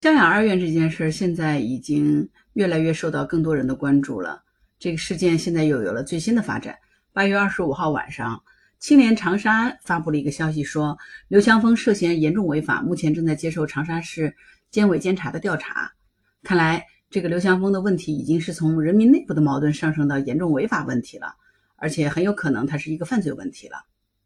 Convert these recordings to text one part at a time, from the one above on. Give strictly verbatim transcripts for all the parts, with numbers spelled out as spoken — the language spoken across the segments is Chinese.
湘雅二院这件事现在已经越来越受到更多人的关注了。这个事件现在又有了最新的发展。八月二十五号晚上，青联长沙发布了一个消息说，刘强峰涉嫌严重违法，目前正在接受长沙市监委监察的调查。看来这个刘强峰的问题已经是从人民内部的矛盾上升到严重违法问题了，而且很有可能它是一个犯罪问题了。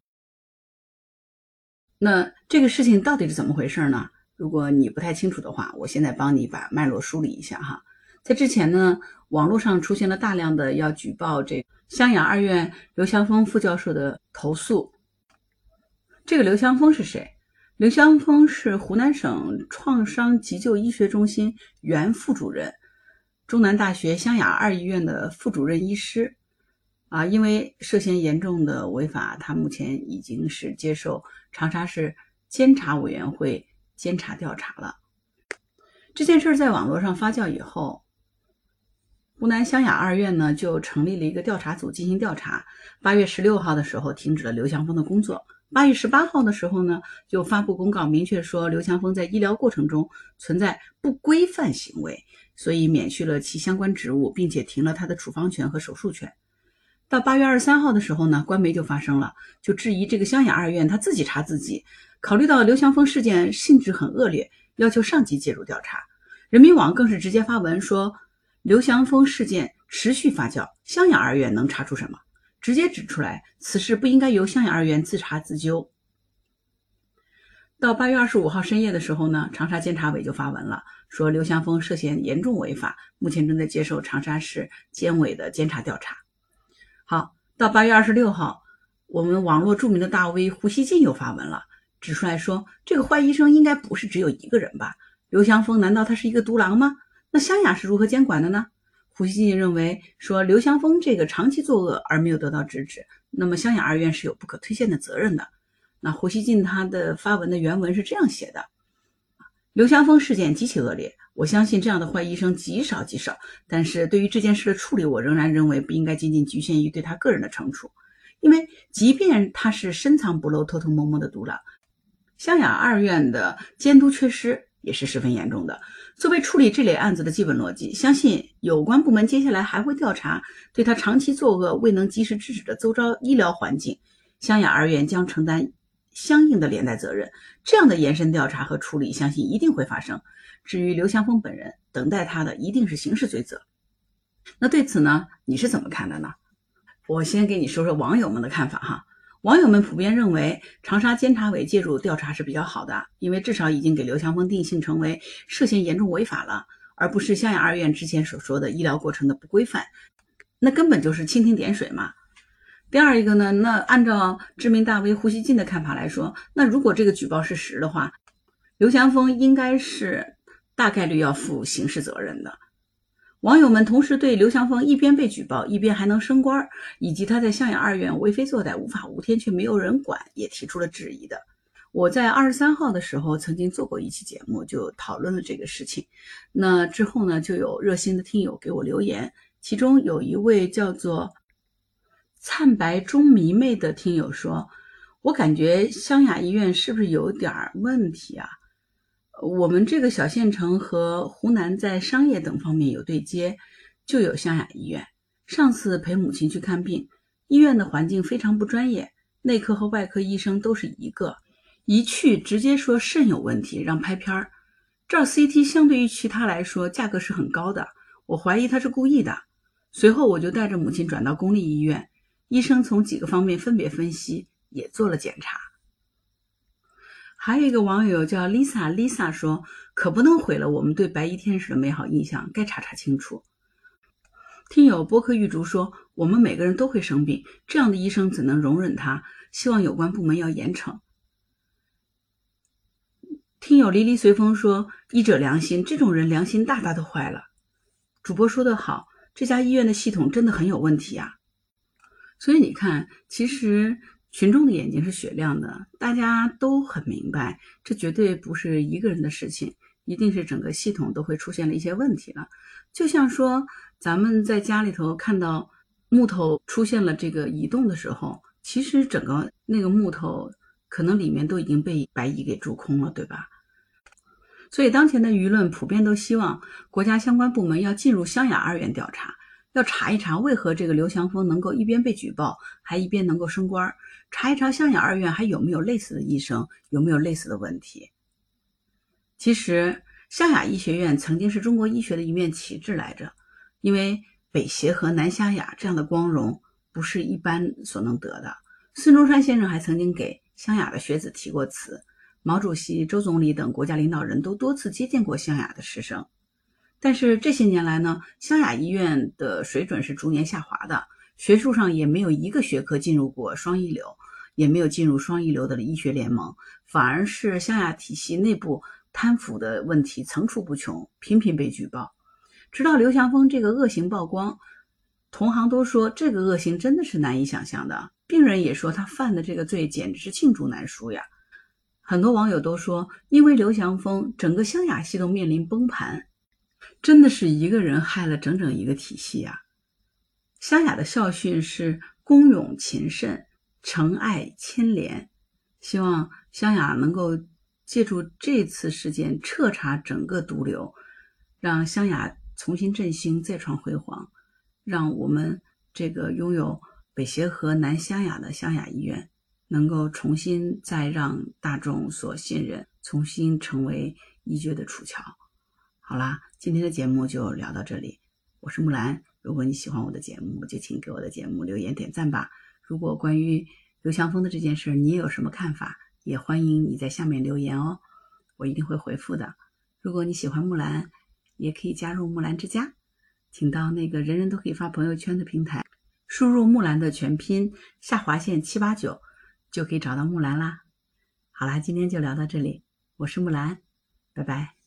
那这个事情到底是怎么回事呢？如果你不太清楚的话，我现在帮你把脉络梳理一下哈。在之前呢，网络上出现了大量的要举报这湘雅二院刘强峰副教授的投诉。这个刘强峰是谁？刘强峰是湖南省创伤急救医学中心原副主任，中南大学湘雅二医院的副主任医师。啊，因为涉嫌严重的违法，他目前已经是接受长沙市监察委员会监察调查了。这件事在网络上发酵以后，湖南湘雅二院呢就成立了一个调查组进行调查。八月十六号的时候停止了刘强峰的工作。八月十八号的时候呢，就发布公告，明确说刘强峰在医疗过程中存在不规范行为，所以免去了其相关职务，并且停了他的处方权和手术权。到八月二十三号的时候呢，官媒就发生了，就质疑这个湘雅二院他自己查自己，考虑到刘强峰事件性质很恶劣，要求上级介入调查。人民网更是直接发文说，刘强峰事件持续发酵，湘雅二院能查出什么？直接指出来，此事不应该由湘雅二院自查自纠。到八月二十五号深夜的时候呢，长沙监察委就发文了，说刘强峰涉嫌严重违法，目前正在接受长沙市监委的监察调查。好，到八月二十六号，我们网络著名的大 V 胡锡进又发文了，指出来说，这个坏医生应该不是只有一个人吧？刘强峰难道他是一个独狼吗？那湘雅是如何监管的呢？胡锡进认为说，刘强峰这个长期作恶而没有得到制止，那么湘雅二院是有不可推卸的责任的。那胡锡进他的发文的原文是这样写的：刘强峰事件极其恶劣，我相信这样的坏医生极少极少，但是对于这件事的处理，我仍然认为不应该仅仅局限于对他个人的惩处，因为即便他是深藏不露、偷偷摸摸的独狼，湘雅二院的监督缺失也是十分严重的。作为处理这类案子的基本逻辑，相信有关部门接下来还会调查对他长期作恶未能及时制止的周遭医疗环境，湘雅二院将承担相应的连带责任。这样的延伸调查和处理，相信一定会发生。至于刘强峰本人，等待他的一定是刑事追责。那对此呢，你是怎么看的呢？我先给你说说网友们的看法哈。网友们普遍认为，长沙监察委介入调查是比较好的，因为至少已经给刘强峰定性成为涉嫌严重违法了，而不是湘雅二院之前所说的医疗过程的不规范，那根本就是蜻蜓点水嘛。第二一个呢，那按照知名大 V 胡锡进的看法来说，那如果这个举报是实的话，刘强峰应该是大概率要负刑事责任的。网友们同时对刘强峰一边被举报一边还能升官，以及他在湘雅二院为非作歹无法无天却没有人管，也提出了质疑的。我在二十三号的时候曾经做过一期节目，就讨论了这个事情。那之后呢，就有热心的听友给我留言，其中有一位叫做灿白中迷妹的听友说，我感觉湘雅医院是不是有点问题啊？我们这个小县城和湖南在商业等方面有对接，就有湘雅医院。上次陪母亲去看病，医院的环境非常不专业，内科和外科医生都是一个，一去直接说肾有问题，让拍片儿。照 C T 相对于其他来说价格是很高的，我怀疑他是故意的。随后我就带着母亲转到公立医院，医生从几个方面分别分析，也做了检查。还有一个网友叫 Lisa Lisa 说，可不能毁了我们对白衣天使的美好印象，该查查清楚。听友波克玉竹说，我们每个人都会生病，这样的医生怎能容忍他？希望有关部门要严惩。听友离离随风说，医者良心，这种人良心大大的坏了。主播说得好，这家医院的系统真的很有问题啊。所以你看，其实群众的眼睛是雪亮的，大家都很明白，这绝对不是一个人的事情，一定是整个系统都会出现了一些问题了。就像说咱们在家里头看到木头出现了这个移动的时候，其实整个那个木头可能里面都已经被白蚁给蛀空了，对吧？ 所以当前的舆论普遍都希望国家相关部门要进入湘雅二院调查，要查一查为何这个刘祥峰能够一边被举报还一边能够升官，查一查湘雅二院还有没有类似的医生，有没有类似的问题。其实湘雅医学院曾经是中国医学的一面旗帜来着，因为北协和南湘雅这样的光荣不是一般所能得的。孙中山先生还曾经给湘雅的学子题过词，毛主席、周总理等国家领导人都多次接见过湘雅的师生。但是这些年来呢，湘雅医院的水准是逐年下滑的，学术上也没有一个学科进入过双一流，也没有进入双一流的医学联盟，反而是湘雅体系内部贪腐的问题层出不穷，频频被举报。直到刘祥峰这个恶行曝光，同行都说这个恶行真的是难以想象的，病人也说他犯的这个罪简直是罄竹难书呀。很多网友都说，因为刘祥峰，整个湘雅系都面临崩盘，真的是一个人害了整整一个体系啊。湘雅的校训是公勇勤慎，诚爱牵连，希望湘雅能够借助这次事件彻查整个毒瘤，让湘雅重新振兴，再创辉煌，让我们这个拥有北协和南湘雅的湘雅医院能够重新再让大众所信任，重新成为医学的楚桥。好啦，今天的节目就聊到这里，我是木兰。如果你喜欢我的节目，就请给我的节目留言点赞吧。如果关于刘祥峰的这件事你也有什么看法，也欢迎你在下面留言哦，我一定会回复的。如果你喜欢木兰，也可以加入木兰之家，请到那个人人都可以发朋友圈的平台，输入木兰的全拼下划线七八九，就可以找到木兰啦。好啦，今天就聊到这里，我是木兰，拜拜。